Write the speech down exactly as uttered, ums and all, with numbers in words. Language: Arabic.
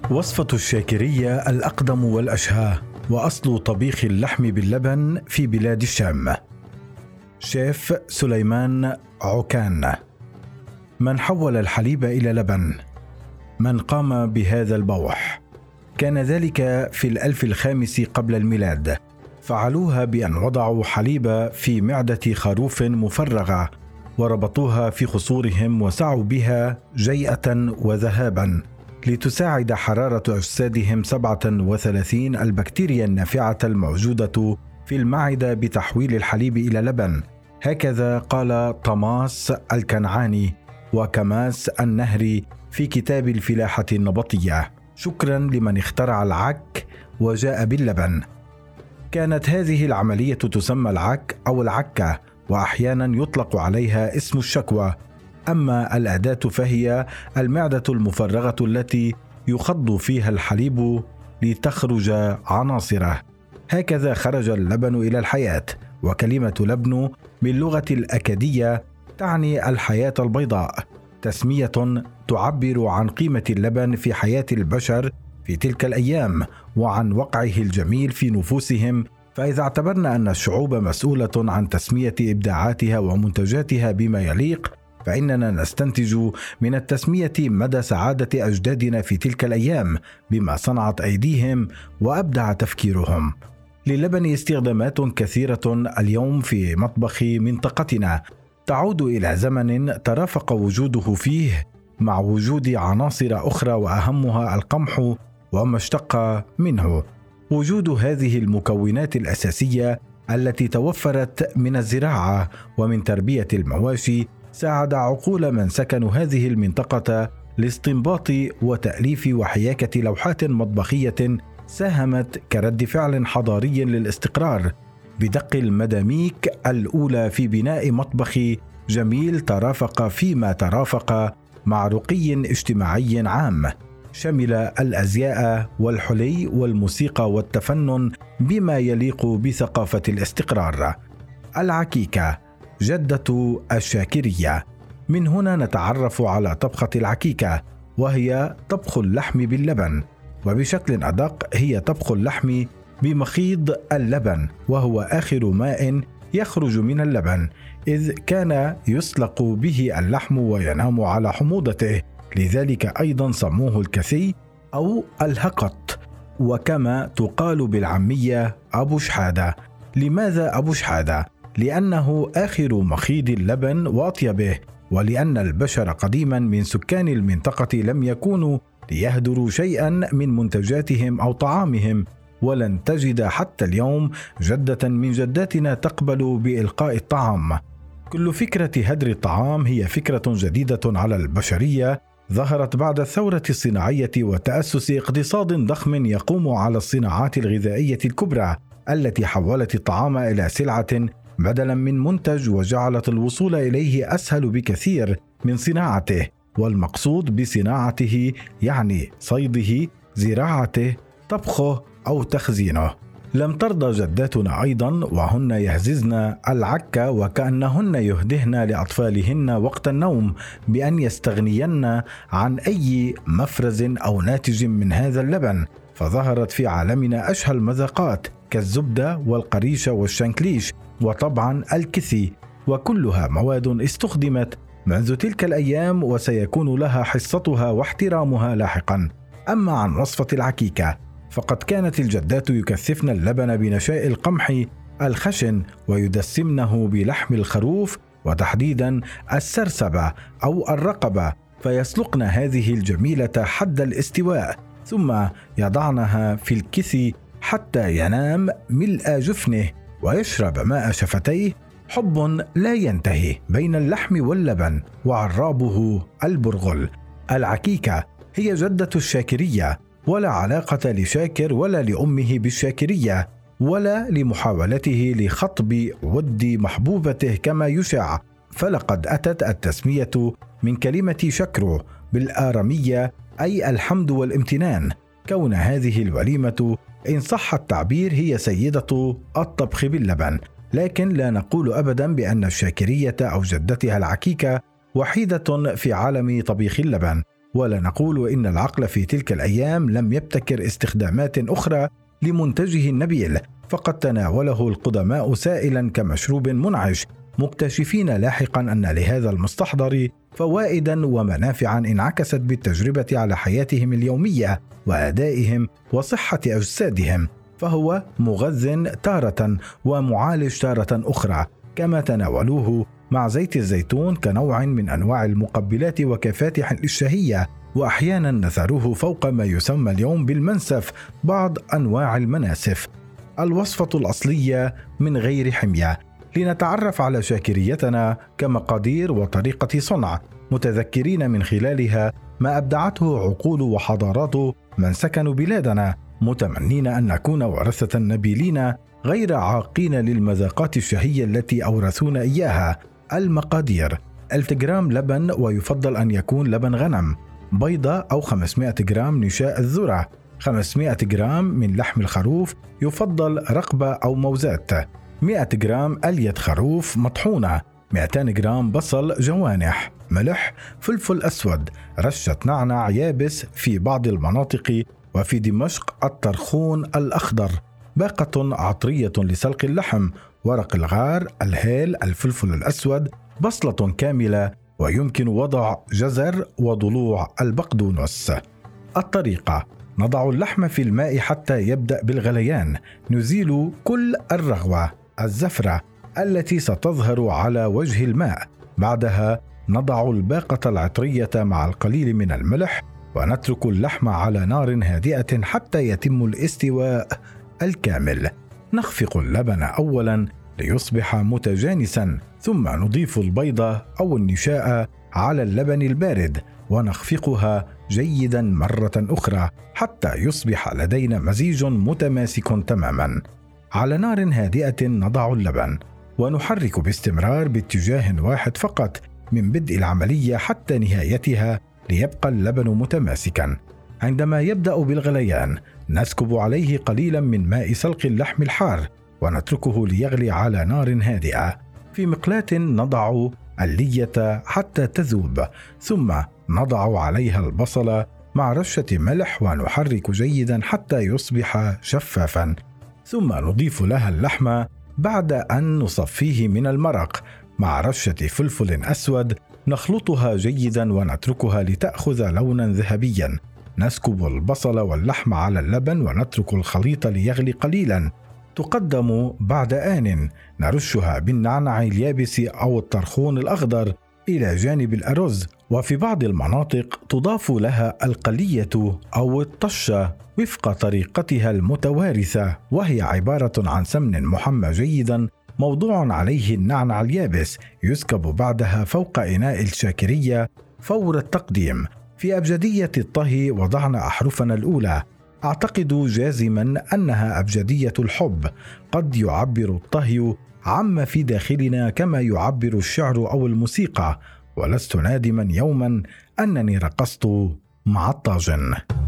وصفة الشاكرية الأقدم والأشهى، وأصل طبيخ اللحم باللبن في بلاد الشام. شيف سليمان عكان. من حول الحليب إلى لبن؟ من قام بهذا البوح؟ كان ذلك في الألف الخامس قبل الميلاد. فعلوها بأن وضعوا حليب في معدة خروف مفرغة وربطوها في خصورهم وسعوا بها جيئة وذهابا لتساعد حرارة أجسادهم سبعة وثلاثين البكتيريا النافعة الموجودة في المعدة بتحويل الحليب إلى لبن. هكذا قال طماس الكنعاني وكماس النهري في كتاب الفلاحة النبطية. شكرا لمن اخترع العك وجاء باللبن. كانت هذه العملية تسمى العك أو العكة، وأحيانا يطلق عليها اسم الشكوى. أما الأداة فهي المعدة المفرغة التي يخض فيها الحليب لتخرج عناصره. هكذا خرج اللبن إلى الحياة. وكلمة لبن باللغة الأكدية تعني الحياة البيضاء، تسمية تعبر عن قيمة اللبن في حياة البشر في تلك الأيام وعن وقعه الجميل في نفوسهم. فإذا اعتبرنا أن الشعوب مسؤولة عن تسمية إبداعاتها ومنتجاتها بما يليق، فإننا نستنتج من التسمية مدى سعادة أجدادنا في تلك الأيام بما صنعت أيديهم وأبدع تفكيرهم. للبن استخدامات كثيرة اليوم في مطبخ منطقتنا، تعود إلى زمن ترافق وجوده فيه مع وجود عناصر أخرى وأهمها القمح وما اشتق منه. وجود هذه المكونات الأساسية التي توفرت من الزراعة ومن تربية المواشي ساعد عقول من سكنوا هذه المنطقة لاستنباط وتأليف وحياكة لوحات مطبخية ساهمت كرد فعل حضاري للاستقرار بدق المداميك الأولى في بناء مطبخ جميل ترافق فيما ترافق مع رقي اجتماعي عام شمل الأزياء والحلي والموسيقى والتفنن بما يليق بثقافة الاستقرار. العكيكة جدة الشاكرية. من هنا نتعرف على طبخة العكيكة، وهي طبخ اللحم باللبن، وبشكل أدق هي طبخ اللحم بمخيض اللبن، وهو آخر ماء يخرج من اللبن، إذ كان يسلق به اللحم وينام على حموضته، لذلك أيضا سموه الكثي أو الهقط. وكما تقال بالعامية أبو شحادة. لماذا أبو شحادة؟ لأنه آخر مخيض اللبن وأطيبه، ولأن البشر قديما من سكان المنطقة لم يكونوا ليهدروا شيئا من منتجاتهم أو طعامهم، ولن تجد حتى اليوم جدة من جداتنا تقبل بإلقاء الطعام. كل فكرة هدر الطعام هي فكرة جديدة على البشرية، ظهرت بعد الثورة الصناعية وتأسس اقتصاد ضخم يقوم على الصناعات الغذائية الكبرى التي حولت الطعام إلى سلعة بدلا من منتج، وجعلت الوصول إليه أسهل بكثير من صناعته. والمقصود بصناعته يعني صيده، زراعته، طبخه أو تخزينه. لم ترضى جداتنا أيضا وهن يهززن العكة وكأنهن يهدهن لأطفالهن وقت النوم بأن يستغنين عن أي مفرز أو ناتج من هذا اللبن، فظهرت في عالمنا أشهى المذاقات كالزبدة والقريشة والشنكليش وطبعا الكثي، وكلها مواد استخدمت منذ تلك الأيام وسيكون لها حصتها واحترامها لاحقا. أما عن وصفة العكيكة فقد كانت الجدات يكثفن اللبن بنشاء القمح الخشن ويدسمنه بلحم الخروف وتحديدا السرسبة أو الرقبة، فيسلقن هذه الجميلة حد الاستواء ثم يضعنها في الكثي حتى ينام ملء جفنه ويشرب ماء شفتيه. حب لا ينتهي بين اللحم واللبن وعرابه البرغل. العكيكة هي جدة الشاكرية، ولا علاقة لشاكر ولا لأمه بالشاكرية ولا لمحاولته لخطب ود محبوبته كما يشاع، فلقد أتت التسمية من كلمة شكر بالآرامية أي الحمد والامتنان. كون هذه الوليمة إن صح التعبير هي سيدة الطبخ باللبن، لكن لا نقول أبدا بأن الشاكرية أو جدتها العكيكة وحيدة في عالم طبيخ اللبن، ولا نقول إن العقل في تلك الأيام لم يبتكر استخدامات أخرى لمنتجه النبيل، فقد تناوله القدماء سائلا كمشروب منعش، مكتشفين لاحقا أن لهذا المستحضر فوائدا ومنافعا انعكست بالتجربة على حياتهم اليومية وأدائهم وصحة أجسادهم، فهو مغذٍ تارة ومعالج تارة أخرى، كما تناولوه مع زيت الزيتون كنوع من أنواع المقبلات وكفاتح للشهية، وأحيانا نثروه فوق ما يسمى اليوم بالمنسف بعض أنواع المناسف. الوصفة الأصلية من غير حمية، لنتعرف على شاكريتنا كمقادير وطريقة صنع، متذكرين من خلالها ما أبدعته عقول وحضارات من سكنوا بلادنا، متمنين أن نكون ورثة نبيلين غير عاقين للمذاقات الشهية التي أورثونا إياها. المقادير: ألف جرام لبن، ويفضل أن يكون لبن غنم، بيضة أو خمسمائة جرام نشاء الذرة، خمسمائة جرام من لحم الخروف يفضل رقبة أو موزات، مائة جرام ألية خروف مطحونة، مئتين جرام بصل جوانح، ملح، فلفل أسود، رشة نعناع يابس في بعض المناطق، وفي دمشق الطرخون الأخضر، باقة عطرية لسلق اللحم، ورق الغار، الهيل، الفلفل الأسود، بصلة كاملة، ويمكن وضع جزر وضلوع البقدونس. الطريقة: نضع اللحم في الماء حتى يبدأ بالغليان، نزيل كل الرغوة الزفرة التي ستظهر على وجه الماء، بعدها نضع الباقة العطرية مع القليل من الملح، ونترك اللحم على نار هادئة حتى يتم الاستواء الكامل. نخفق اللبن أولا ليصبح متجانسا، ثم نضيف البيضة أو النشاء على اللبن البارد ونخفقها جيدا مرة أخرى حتى يصبح لدينا مزيج متماسك تماما. على نار هادئة نضع اللبن ونحرك باستمرار باتجاه واحد فقط من بدء العملية حتى نهايتها ليبقى اللبن متماسكا. عندما يبدأ بالغليان نسكب عليه قليلا من ماء سلق اللحم الحار ونتركه ليغلي على نار هادئة. في مقلاة نضع اللية حتى تذوب، ثم نضع عليها البصل مع رشة ملح ونحرك جيدا حتى يصبح شفافا، ثم نضيف لها اللحم بعد أن نصفيه من المرق مع رشة فلفل أسود، نخلطها جيدا ونتركها لتأخذ لونا ذهبيا. نسكب البصل واللحم على اللبن ونترك الخليط ليغلي قليلا. تقدم بعد آن نرشها بالنعناع اليابس أو الطرخون الأخضر إلى جانب الأرز، وفي بعض المناطق تضاف لها القلية أو الطشة وفق طريقتها المتوارثة، وهي عبارة عن سمن محمى جيدا موضوع عليه النعناع اليابس، يسكب بعدها فوق إناء الشاكرية فور التقديم. في أبجدية الطهي وضعنا أحرفنا الأولى، أعتقد جازما أنها أبجدية الحب. قد يعبر الطهي عما في داخلنا كما يعبر الشعر أو الموسيقى، ولست نادما يوما أنني رقصت مع الطاجن.